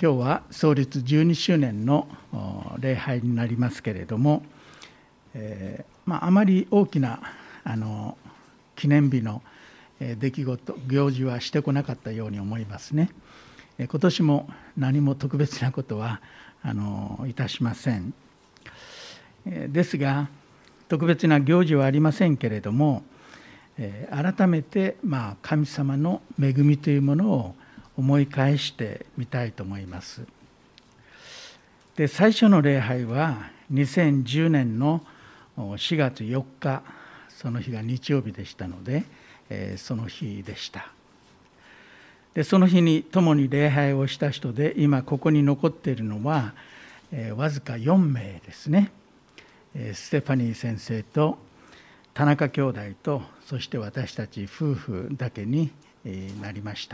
今日は創立12周年の礼拝になりますけれども、あまり大きな記念日の出来事、行事はしてこなかったように思いますね。今年も何も特別なことはいたしません。ですが、特別な行事はありませんけれども、改めて神様の恵みというものを思い返してみたいと思います。で、最初の礼拝は2010年の4月4日、その日が日曜日でしたので、その日でした。で、その日に共に礼拝をした人で、今ここに残っているのは、わずか4名ですね。ステファニー先生と田中兄弟と、そして私たち夫婦だけになりました。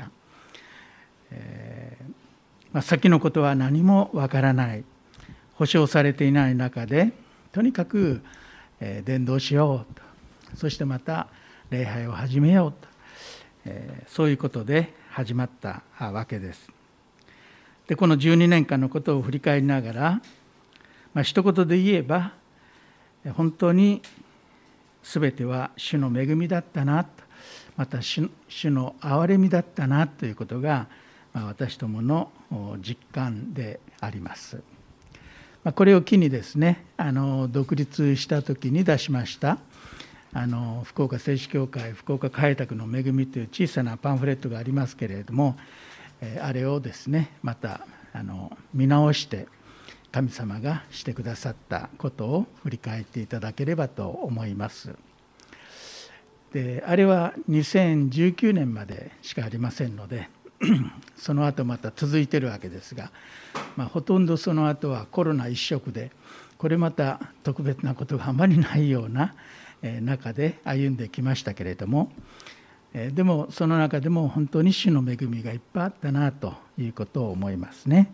先のことは何もわからない、保証されていない中で、とにかく伝道しようと、そしてまた礼拝を始めようと、そういうことで始まったわけです。で、この12年間のことを振り返りながら、一言で言えば、本当に全ては主の恵みだったなと、また主の憐れみだったなということが、私どもの実感であります。これを機にですね、独立した時に出しました福岡聖書教会福岡開拓の恵みという小さなパンフレットがありますけれども、あれをですね、また見直して神様がしてくださったことを振り返っていただければと思います。で、あれは2019年までしかありませんので、その後また続いているわけですが、ほとんどその後はコロナ一色で、これまた特別なことがあまりないような中で歩んできましたけれども、でもその中でも本当に主の恵みがいっぱいあったなということを思いますね。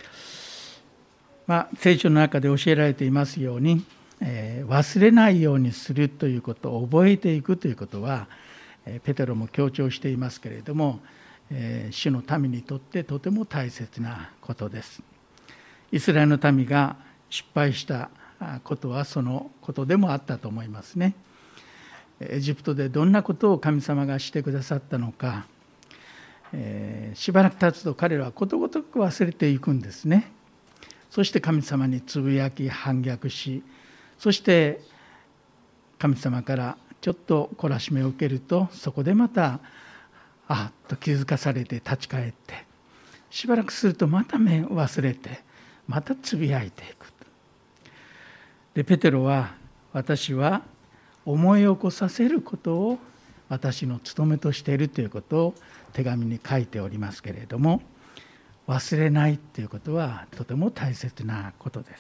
聖書の中で教えられていますように、忘れないようにするということを覚えていくということは、ペテロも強調していますけれども、主の民にとってとても大切なことです。イスラエルの民が失敗したことはそのことでもあったと思いますね。エジプトでどんなことを神様がしてくださったのか、しばらく経つと彼らはことごとく忘れていくんですね。そして神様につぶやき反逆し、そして神様からちょっと懲らしめを受けると、そこでまたと気づかされて立ち返って、しばらくするとまた忘れて、またつぶやいていく。で、ペテロは、私は思い起こさせることを私の務めとしているということを手紙に書いておりますけれども、忘れないということはとても大切なことです。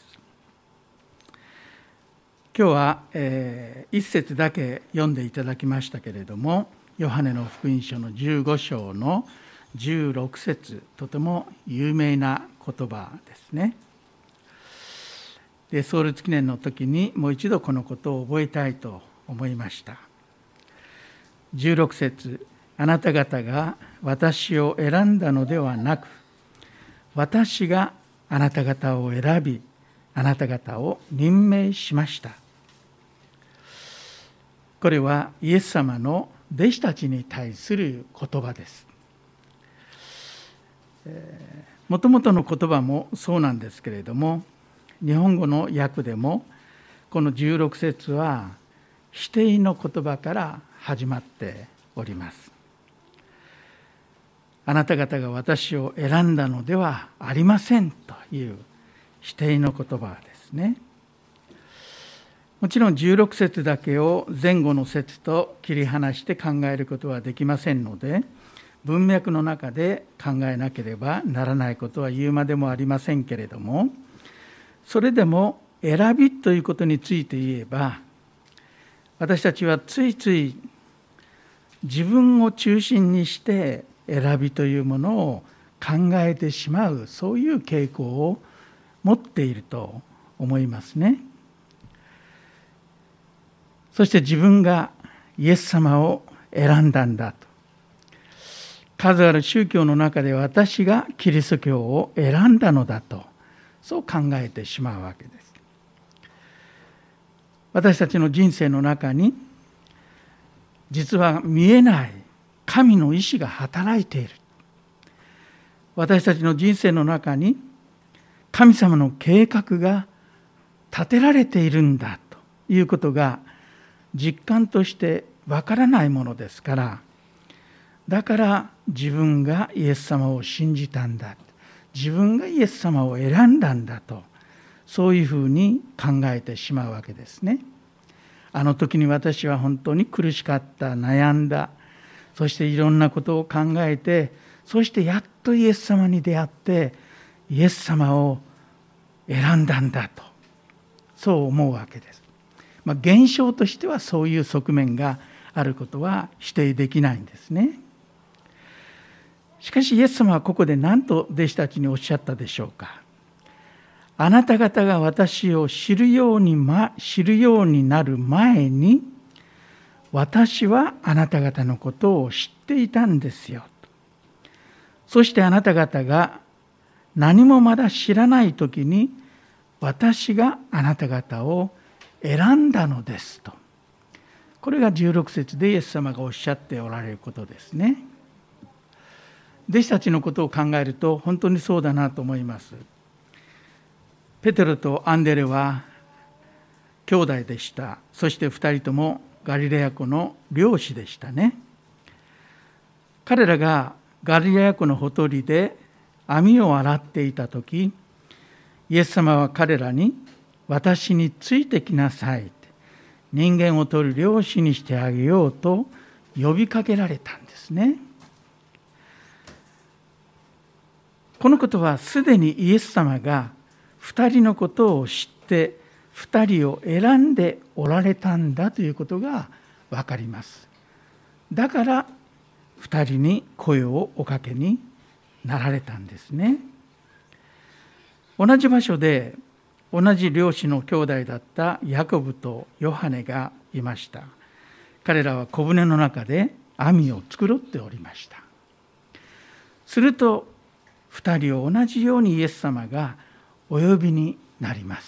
今日は、一節だけ読んでいただきましたけれども、ヨハネの福音書の15章の16節、とても有名な言葉ですね。で、創立記念の時にもう一度このことを覚えたいと思いました。16節、あなた方が私を選んだのではなく、私があなた方を選び、あなた方を任命しました。これはイエス様の弟子たちに対する言葉です。もともとの言葉もそうなんですけれども、日本語の訳でもこの16節は否定の言葉から始まっております。あなた方が私を選んだのではありませんという否定の言葉ですね。もちろん16節だけを前後の節と切り離して考えることはできませんので、文脈の中で考えなければならないことは言うまでもありませんけれども、それでも選びということについて言えば、私たちはついつい自分を中心にして選びというものを考えてしまう、そういう傾向を持っていると思いますね。そして自分がイエス様を選んだんだと、 数ある宗教の中で私がキリスト教を選んだのだと、そう考えてしまうわけです。私たちの人生の中に実は見えない神の意志が働いている。私たちの人生の中に神様の計画が立てられているんだということが実感としてわからないものですから、だから自分がイエス様を信じたんだ、自分がイエス様を選んだんだと、そういうふうに考えてしまうわけですね。あの時に私は本当に苦しかった、悩んだ、そしていろんなことを考えて、そしてやっとイエス様に出会ってイエス様を選んだんだと、そう思うわけです。現象としてはそういう側面があることは否定できないんですね。しかしイエス様はここで何と弟子たちにおっしゃったでしょうか。あなた方が私を知るようになる前に、私はあなた方のことを知っていたんですよ。そしてあなた方が何もまだ知らないときに、私があなた方を選んだのですと。これが16節でイエス様がおっしゃっておられることですね。弟子たちのことを考えると本当にそうだなと思います。ペテロとアンデレは兄弟でした。そして2人ともガリラヤ湖の漁師でしたね。彼らがガリラヤ湖のほとりで網を洗っていたとき、イエス様は彼らに、私についてきなさい、人間を取る漁師にしてあげようと呼びかけられたんですね。このことはすでにイエス様が2人のことを知って2人を選んでおられたんだということが分かります。だから2人に声をおかけになられたんですね。同じ場所で同じ漁師の兄弟だったヤコブとヨハネがいました。彼らは小舟の中で網を繕っておりました。すると2人を同じようにイエス様がお呼びになります。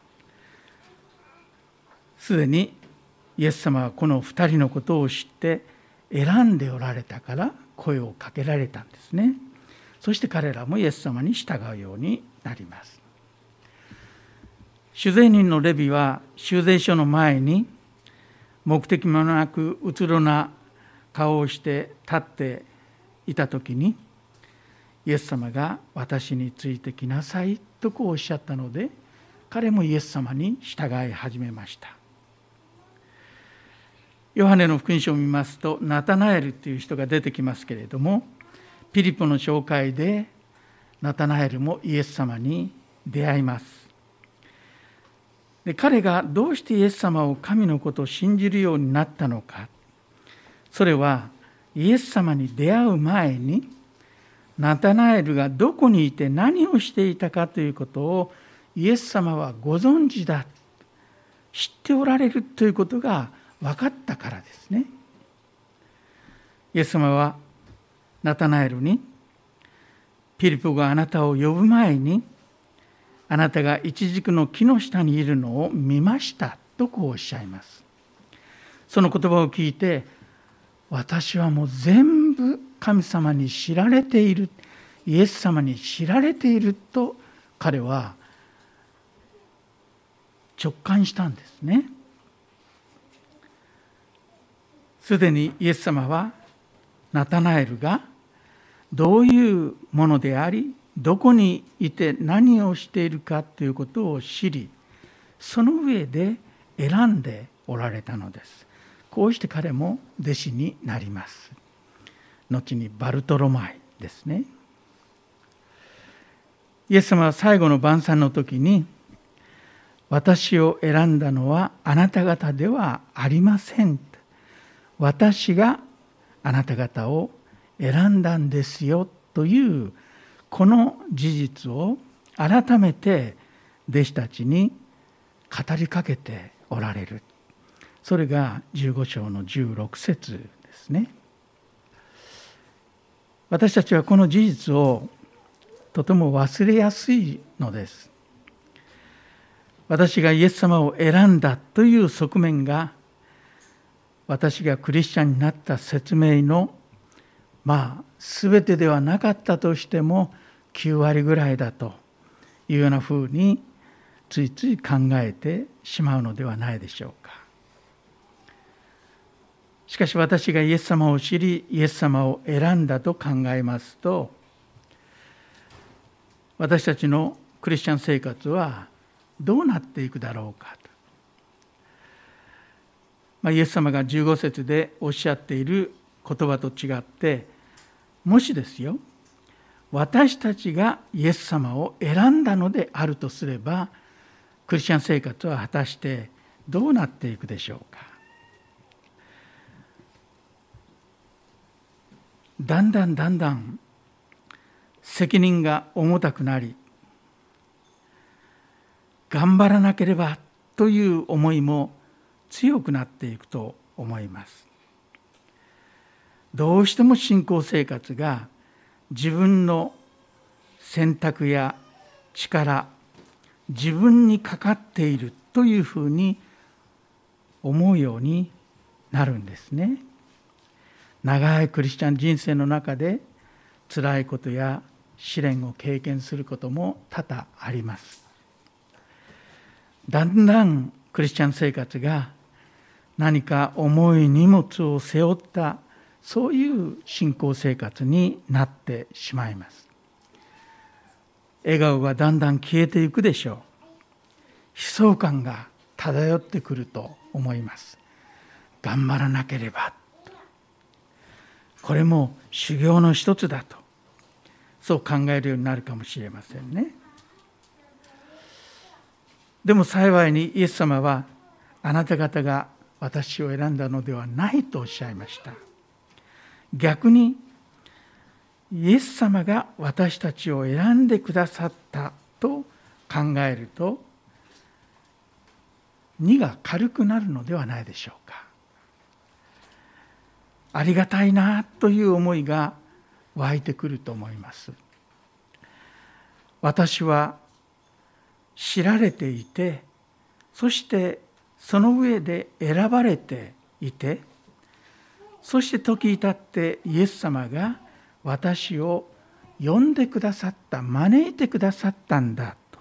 すでにイエス様はこの2人のことを知って選んでおられたから声をかけられたんですね。そして彼らもイエス様に従うようになります。主税人のレビは修税所の前に目的もなくうつろな顔をして立っていたときに、イエス様が私についてきなさいとこうおっしゃったので、彼もイエス様に従い始めました。ヨハネの福音書を見ますと、ナタナエルという人が出てきますけれども、ピリポの紹介でナタナエルもイエス様に出会います。で、彼がどうしてイエス様を神のことを信じるようになったのか、それはイエス様に出会う前にナタナエルがどこにいて何をしていたかということをイエス様はご存知だ、知っておられるということが分かったからですね。イエス様はナタナエルに、ピリポがあなたを呼ぶ前にあなたがイチジクの木の下にいるのを見ましたとこうおっしゃいます。その言葉を聞いて、私はもう全部神様に知られている、イエス様に知られていると彼は直感したんですね。すでにイエス様はナタナエルがどういうものであり、どこにいて何をしているかということを知り、その上で選んでおられたのです。こうして彼も弟子になります。後にバルトロマイですね。イエス様は最後の晩餐の時に、私を選んだのはあなた方ではありません。私があなた方を選んだんですよというこの事実を改めて弟子たちに語りかけておられる。それが15章の16節ですね。 私たちはこの事実をとても忘れやすいのです。私がイエス様を選んだという側面が、私がクリスチャンになった説明の全てではなかったとしても9割ぐらいだというようなふうについつい考えてしまうのではないでしょうか。しかし私がイエス様を知り、イエス様を選んだと考えますと、私たちのクリスチャン生活はどうなっていくだろうかと。イエス様が15節でおっしゃっている言葉と違って、もしですよ、私たちがイエス様を選んだのであるとすれば、クリスチャン生活は果たしてどうなっていくでしょうか。だんだん責任が重たくなり、頑張らなければという思いも強くなっていくと思います。どうしても信仰生活が自分の選択や力、自分にかかっているというふうに思うようになるんですね。長いクリスチャン人生の中で辛いことや試練を経験することも多々あります。だんだんクリスチャン生活が何か重い荷物を背負った、そういう信仰生活になってしまいます。笑顔がだんだん消えていくでしょう。悲壮感が漂ってくると思います。頑張らなければ。これも修行の一つだと、そう考えるようになるかもしれませんね。でも幸いにイエス様は、あなた方が私を選んだのではないとおっしゃいました。逆にイエス様が私たちを選んでくださったと考えると、荷が軽くなるのではないでしょうか。ありがたいなという思いが湧いてくると思います。私は知られていて、そしてその上で選ばれていて、そして時至ってイエス様が私を呼んでくださった、招いてくださったんだと。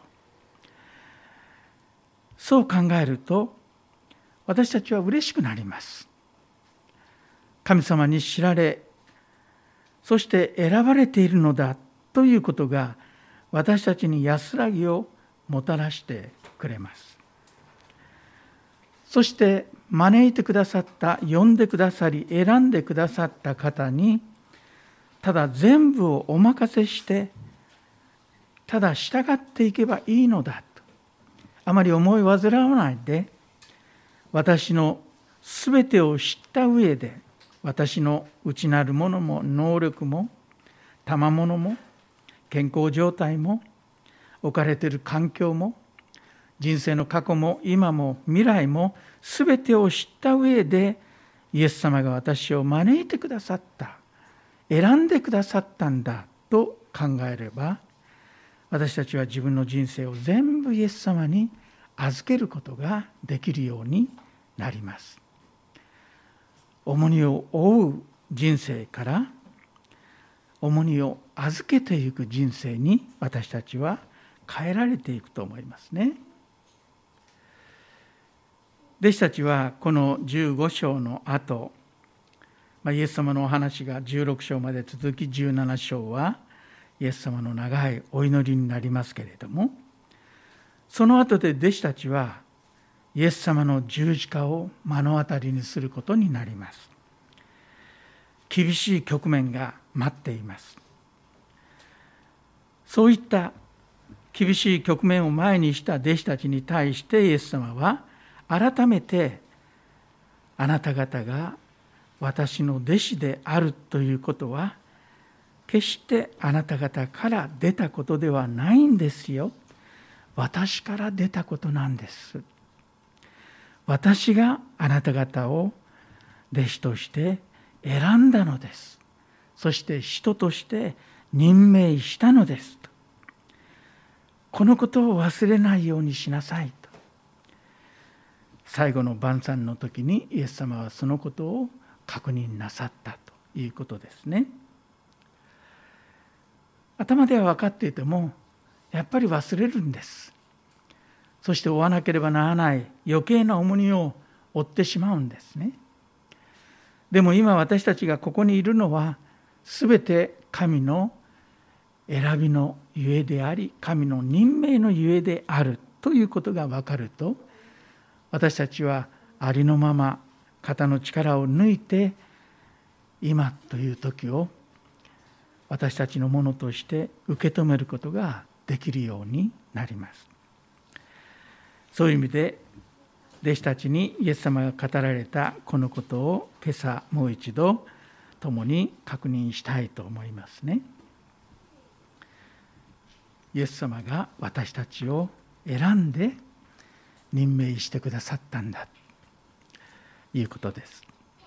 そう考えると私たちは嬉しくなります。神様に知られ、そして選ばれているのだということが私たちに安らぎをもたらしてくれます。そして招いてくださった、呼んでくださり選んでくださった方にただ全部をお任せしてただ従っていけばいいのだと、あまり思い煩わないで、私のすべてを知った上で、私の内なるものも能力も賜物も健康状態も置かれている環境も人生の過去も今も未来もすべてを知った上で、イエス様が私を招いてくださった、選んでくださったんだと考えれば、私たちは自分の人生を全部イエス様に預けることができるようになります。重荷を負う人生から重荷を預けていく人生に私たちは変えられていくと思いますね。弟子たちはこの15章の後、イエス様のお話が16章まで続き、17章はイエス様の長いお祈りになりますけれども、その後で弟子たちはイエス様の十字架を目の当たりにすることになります。厳しい局面が待っています。そういった厳しい局面を前にした弟子たちに対してイエス様は改めて、あなた方が私の弟子であるということは決してあなた方から出たことではないんですよ。私から出たことなんです。私があなた方を弟子として選んだのです。 そして人として任命したのですと。このことを忘れないようにしなさいと。最後の晩餐の時にイエス様はそのことを確認なさったということですね。頭では分かっていてもやっぱり忘れるんです。そして負わなければならない余計な重荷を負ってしまうんですね。でも今私たちがここにいるのはすべて神の選びのゆえであり、神の任命のゆえであるということが分かると、私たちはありのまま肩の力を抜いて今という時を私たちのものとして受け止めることができるようになります。そういう意味で弟子たちにイエス様が語られたこのことを今朝もう一度共に確認したいと思いますね。イエス様が私たちを選んで任命してくださったんだということです。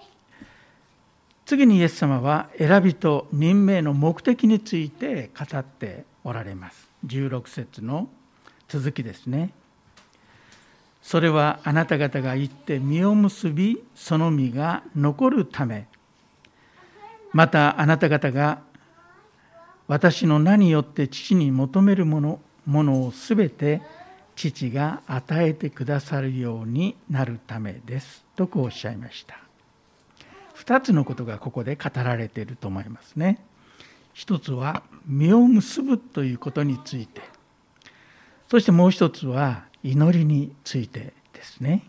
次にイエス様は選びと任命の目的について語っておられます。16節の続きですね。それはあなた方が行って実を結び、その実が残るため、またあなた方が私の名によって父に求めるものをすべて父が与えてくださるようになるためですとこうおっしゃいました。2つのことがここで語られていると思いますね。一つは実を結ぶということについて、そしてもう一つは祈りについてですね。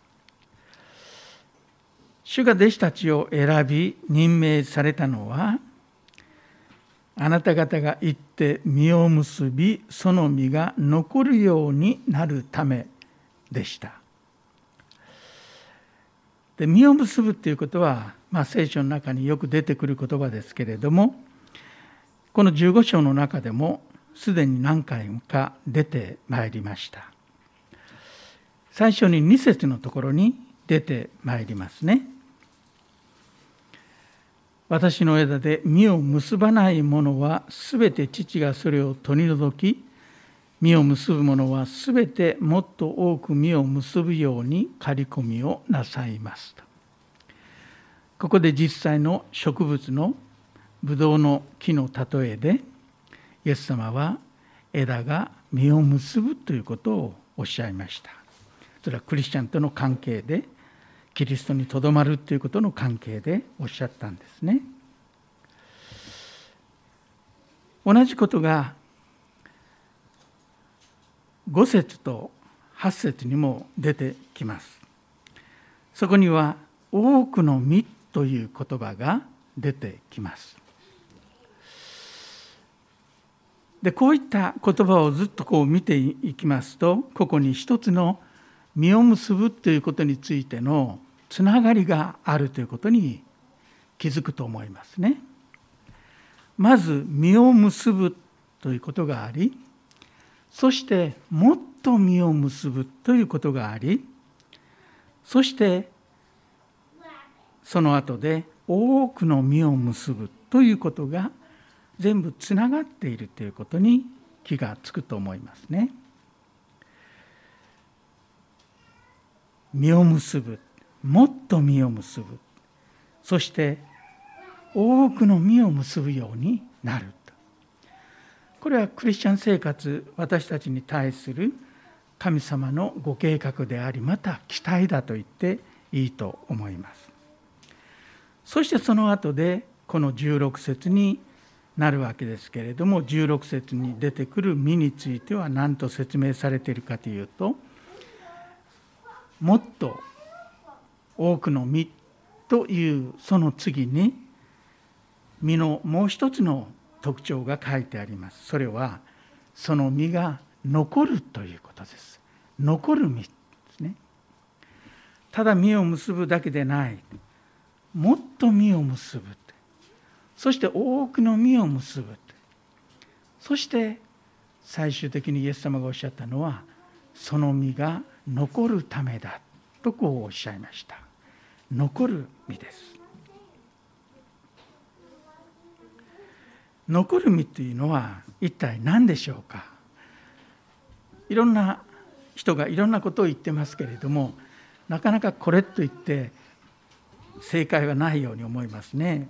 主が弟子たちを選び任命されたのは、あなた方が行って実を結び、その実が残るようになるためでした。で、実を結ぶということは、聖書の中によく出てくる言葉ですけれども、この15章の中でもすでに何回か出てまいりました。最初に2節のところに出てまいりますね。私の枝で実を結ばないものはすべて父がそれを取り除き、実を結ぶものはすべてもっと多く実を結ぶように刈り込みをなさいますと。ここで実際の植物のブドウの木の例えで、イエス様は枝が実を結ぶということをおっしゃいました。それはクリスチャンとの関係で、キリストにとどまるということの関係でおっしゃったんですね。同じことが5節と8節にも出てきます。そこには多くの実という言葉が出てきます。で、こういった言葉をずっと見ていきますと、ここに一つの実を結ぶということについてのつながりがあるということに気づくと思いますね。まず実を結ぶということがあり、そしてもっと実を結ぶということがあり、そしてその後で多くの実を結ぶということが全部つながっているということに気がつくと思いますね。実を結ぶ、もっと実を結ぶ、そして多くの実を結ぶようになると。これはクリスチャン生活、私たちに対する神様のご計画であり、また期待だと言っていいと思います。そしてその後でこの16節になるわけですけれども、16節に出てくる実については何と説明されているかというと、もっと多くの実というその次に実のもう一つの特徴が書いてあります。それはその実が残るということです。残る実ですね。ただ実を結ぶだけでない、もっと実を結ぶ、そして多くの実を結ぶ、そして最終的にイエス様がおっしゃったのは、その実が残るためだとこうおっしゃいました。残る実です。 残る身というのは一体何でしょうか。いろんな人がいろんなことを言ってますけれども、なかなかこれと言って正解はないように思いますね。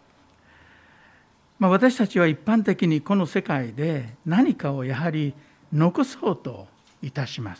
私たちは一般的にこの世界で何かをやはり残そうといたします。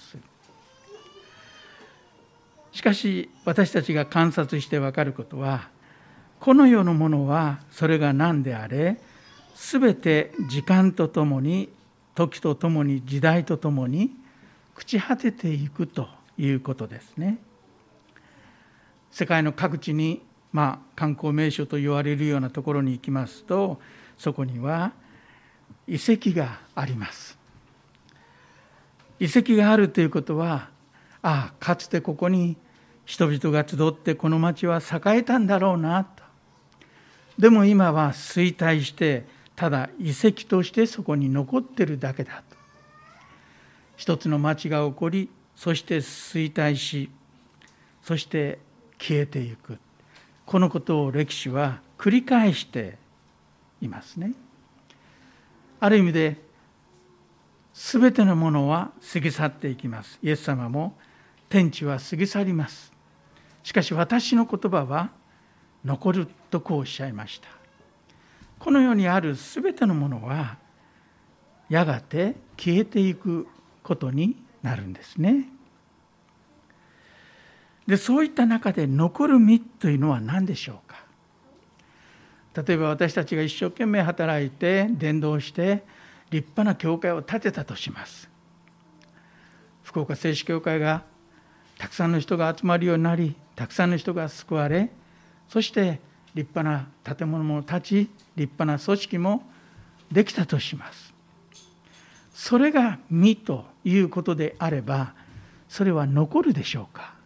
しかし私たちが観察して分かることは、この世のものはそれが何であれ、すべて時間とともに、時とともに、時代とともに朽ち果てていくということですね。世界の各地に、観光名所と言われるようなところに行きますと、そこには遺跡があります。遺跡があるということは、かつてここに人々が集ってこの町は栄えたんだろうなと。でも今は衰退して、ただ遺跡としてそこに残っているだけだと。一つの町が起こり、そして衰退し、そして消えていく。このことを歴史は繰り返していますね。ある意味で全てのものは過ぎ去っていきます。イエス様も天地は過ぎ去ります。しかし私の言葉は残るとこうおっしゃいました。この世にある全てのものはやがて消えていくことになるんですね。で、そういった中で残る身というのは何でしょうか。例えば私たちが一生懸命働いて伝道して立派な教会を建てたとします。福岡聖子教会がたくさんの人が集まるようになり、たくさんの人が救われ、そして立派な建物も建ち、立派な組織もできたとします。それが身ということであれば、それは残るでしょうか。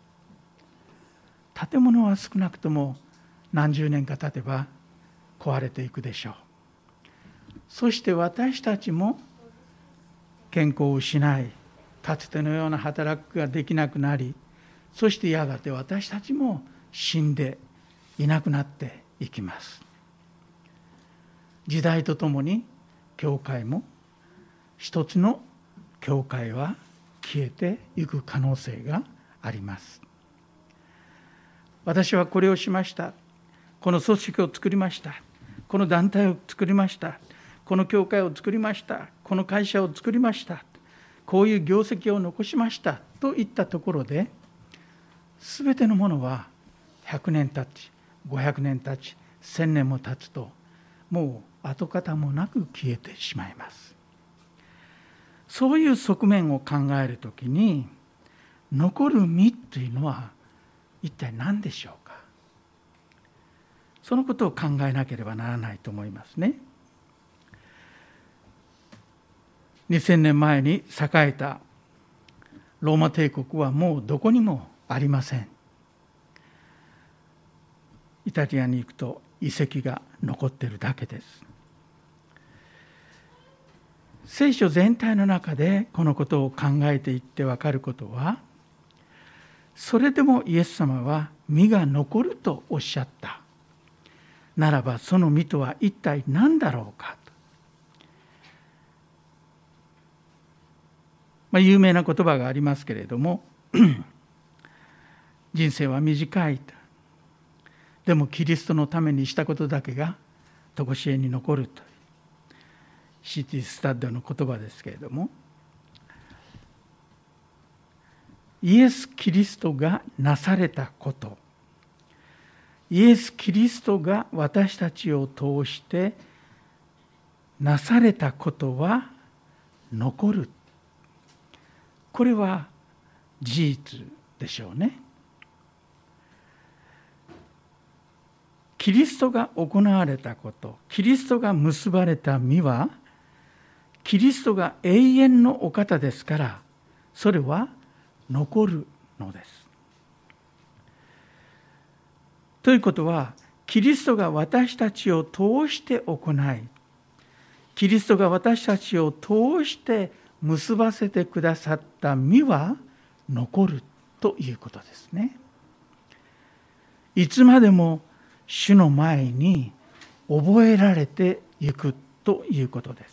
建物は少なくとも何十年か経てば壊れていくでしょう。そして私たちも健康を失い、かつてのような働くができなくなり、そしてやがて私たちも死んでいなくなっていきます。時代とともに教会も、一つの教会は消えていく可能性があります。私はこれをしました。この組織を作りました。この団体を作りました。この教会を作りました。この会社を作りました。こういう業績を残しましたといったところで、すべてのものは100年経ち、500年経ち、1000年も経つと、もう跡形もなく消えてしまいます。そういう側面を考えるときに、残る身というのは一体何でしょうか。そのことを考えなければならないと思いますね。2000年前に栄えたローマ帝国はもうどこにもありません。イタリアに行くと遺跡が残っているだけです。聖書全体の中でこのことを考えていって分かることは、それでもイエス様は身が残るとおっしゃったならば、その身とは一体何だろうかと。有名な言葉がありますけれども人生は短いと。でもキリストのためにしたことだけが常しえに残るという C.T. スタッドの言葉ですけれども、イエス・キリストがなされたこと、イエス・キリストが私たちを通してなされたことは残る。これは事実でしょうね。キリストが行われたこと、キリストが結ばれた実は、キリストが永遠のお方ですから、それは残るのです。ということは、キリストが私たちを通して行い、キリストが私たちを通して結ばせてくださった実は残るということですね。いつまでも主の前に覚えられてゆくということです。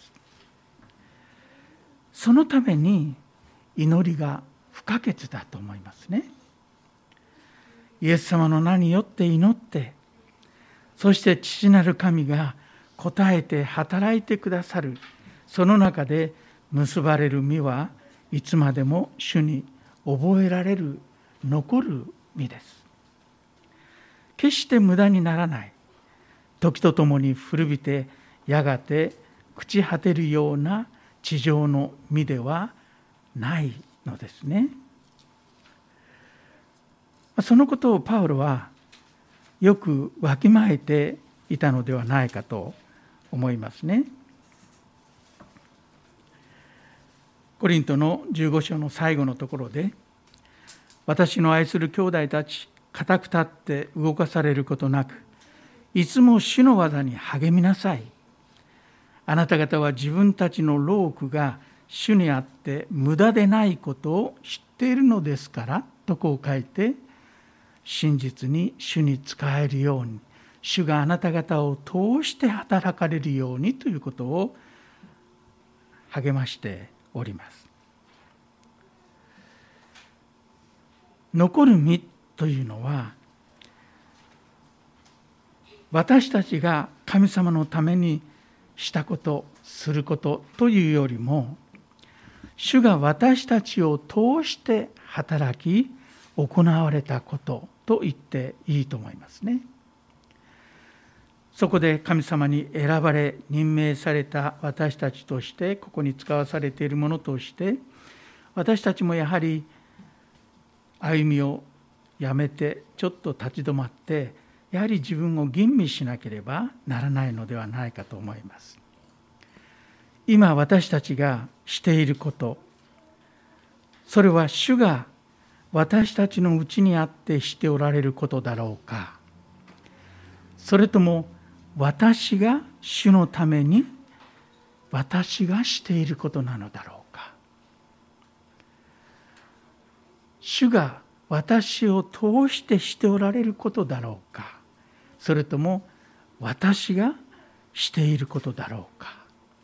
そのために祈りが不可欠だと思いますね。イエス様の名によって祈って、そして父なる神が応えて働いてくださる、その中で結ばれる実はいつまでも主に覚えられる、残る実です。決して無駄にならない、時とともに古びてやがて朽ち果てるような地上の実ではないのですね。そのことをパウロはよくわきまえていたのではないかと思いますね。コリントの15章の最後のところで、私の愛する兄弟たち、固く立って動かされることなく、いつも主の技に励みなさい。あなた方は自分たちの労苦が主にあって無駄でないことを知っているのですからとこう書いて、真実に主に仕えるように、主があなた方を通して働かれるようにということを励ましております。残る実というのは、私たちが神様のためにしたこと、することというよりも、主が私たちを通して働き、行われたことと言っていいと思いますね。そこで神様に選ばれ、任命された私たちとして、ここに使わされているものとして、私たちもやはり歩みをやめて、ちょっと立ち止まって、やはり自分を吟味しなければならないのではないかと思います。今私たちがしていること、それは主が私たちのうちにあってしておられることだろうか、それとも私が主のために私がしていることなのだろうか。主が私を通してしておられることだろうか、それとも私がしていることだろうか。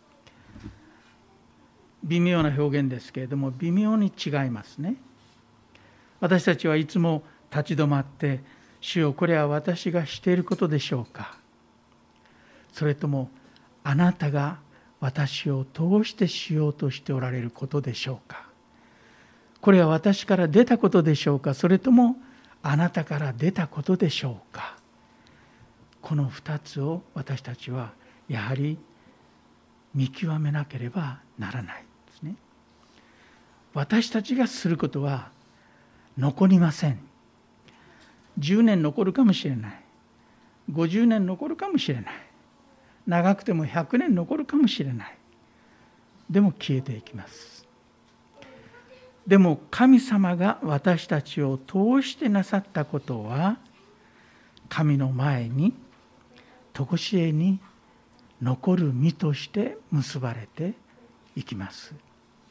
微妙な表現ですけれども、微妙に違いますね。私たちはいつも立ち止まって、主よ、これは私がしていることでしょうか、それともあなたが私を通してしようとしておられることでしょうか、これは私から出たことでしょうか、それともあなたから出たことでしょうか。この2つを私たちはやはり見極めなければならないですね。私たちがすることは残りません。10年残るかもしれない。50年残るかもしれない。長くても100年残るかもしれない。でも消えていきます。でも神様が私たちを通してなさったことは、神の前に常しえに残る実として結ばれていきます。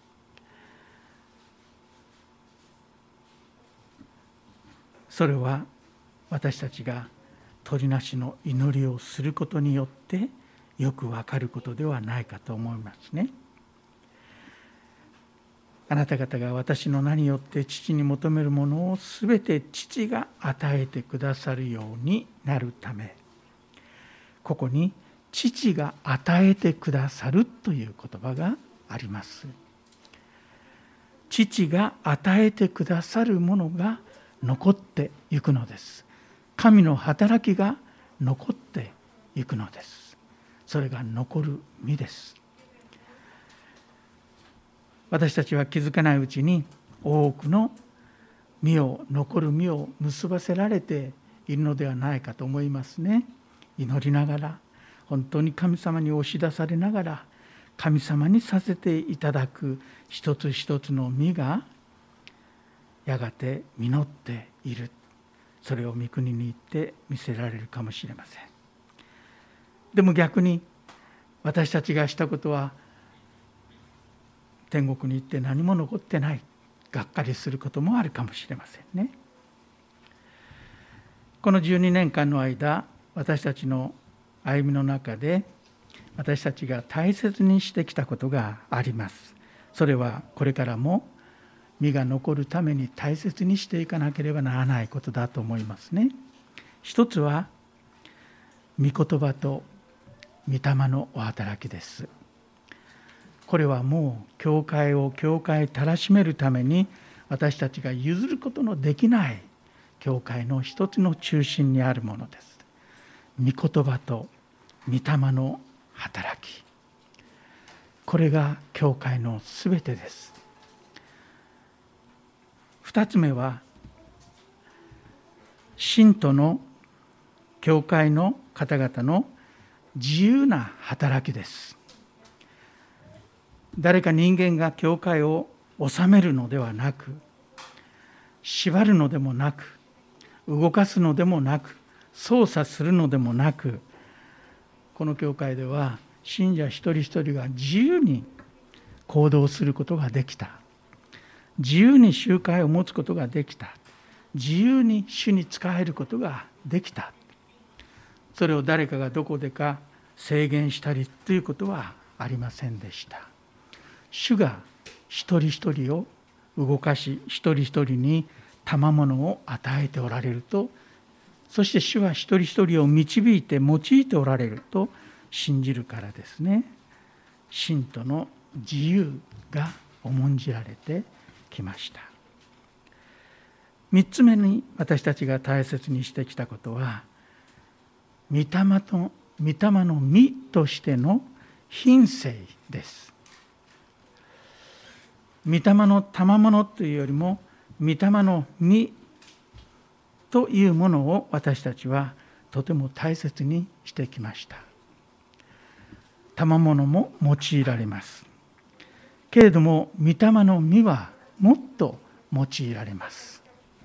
それは私たちが取りなしの祈りをすることによってよくわかることではないかと思いますね。あなた方が私の名によって父に求めるものをすべて父が与えてくださるようになるため、ここに父が与えてくださるという言葉があります。父が与えてくださるものが残っていくのです。神の働きが残っていくのです。それが残る実です。私たちは気づかないうちに多くの残る実を結ばせられているのではないかと思いますね。祈りながら、本当に神様に押し出されながら、神様にさせていただく一つ一つの実がやがて実っている。それを御国に行って見せられるかもしれません。でも逆に私たちがしたことは天国に行って何も残ってない、がっかりすることもあるかもしれませんね。この12年間の間、私たちの歩みの中で私たちが大切にしてきたことがあります。それはこれからも実が残るために大切にしていかなければならないことだと思いますね。一つは御言葉と御霊のお働きです。これはもう教会たらしめるために私たちが譲ることのできない教会の一つの中心にあるものです。御言葉と御霊の働き、これが教会のすべてです。二つ目は信徒の教会の方々の自由な働きです。誰か人間が教会を治めるのではなく、縛るのでもなく、動かすのでもなく、操作するのでもなく、この教会では信者一人一人が自由に行動することができた。自由に集会を持つことができた。自由に主に仕えることができた。それを誰かがどこでか制限したりということはありませんでした。主が一人一人を動かし、一人一人に賜物を与えておられると、そして主は一人一人を導いて用いておられると信じるからですね。信徒の自由が重んじられてきました。三つ目に私たちが大切にしてきたことは、御霊の実としての品性です。御霊の賜物というよりも、御霊の実というものを私たちはとても大切にしてきました。賜物も用いられます。けれども、御霊の実はもっと用いられます。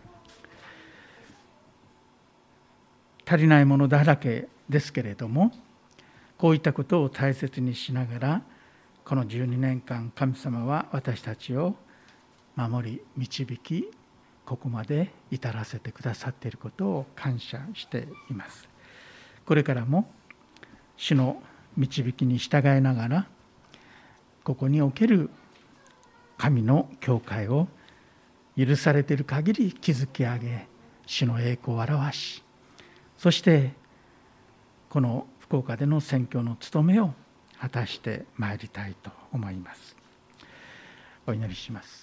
足りないものだらけですけれども、こういったことを大切にしながら、この12年間神様は私たちを守り導き、ここまで至らせてくださっていることを感謝しています。これからも主の導きに従いながら、ここにおける神の教会を許されている限り築き上げ、主の栄光を表し、そしてこの福岡での宣教の務めを果たしてまいりたいと思います。お祈りします。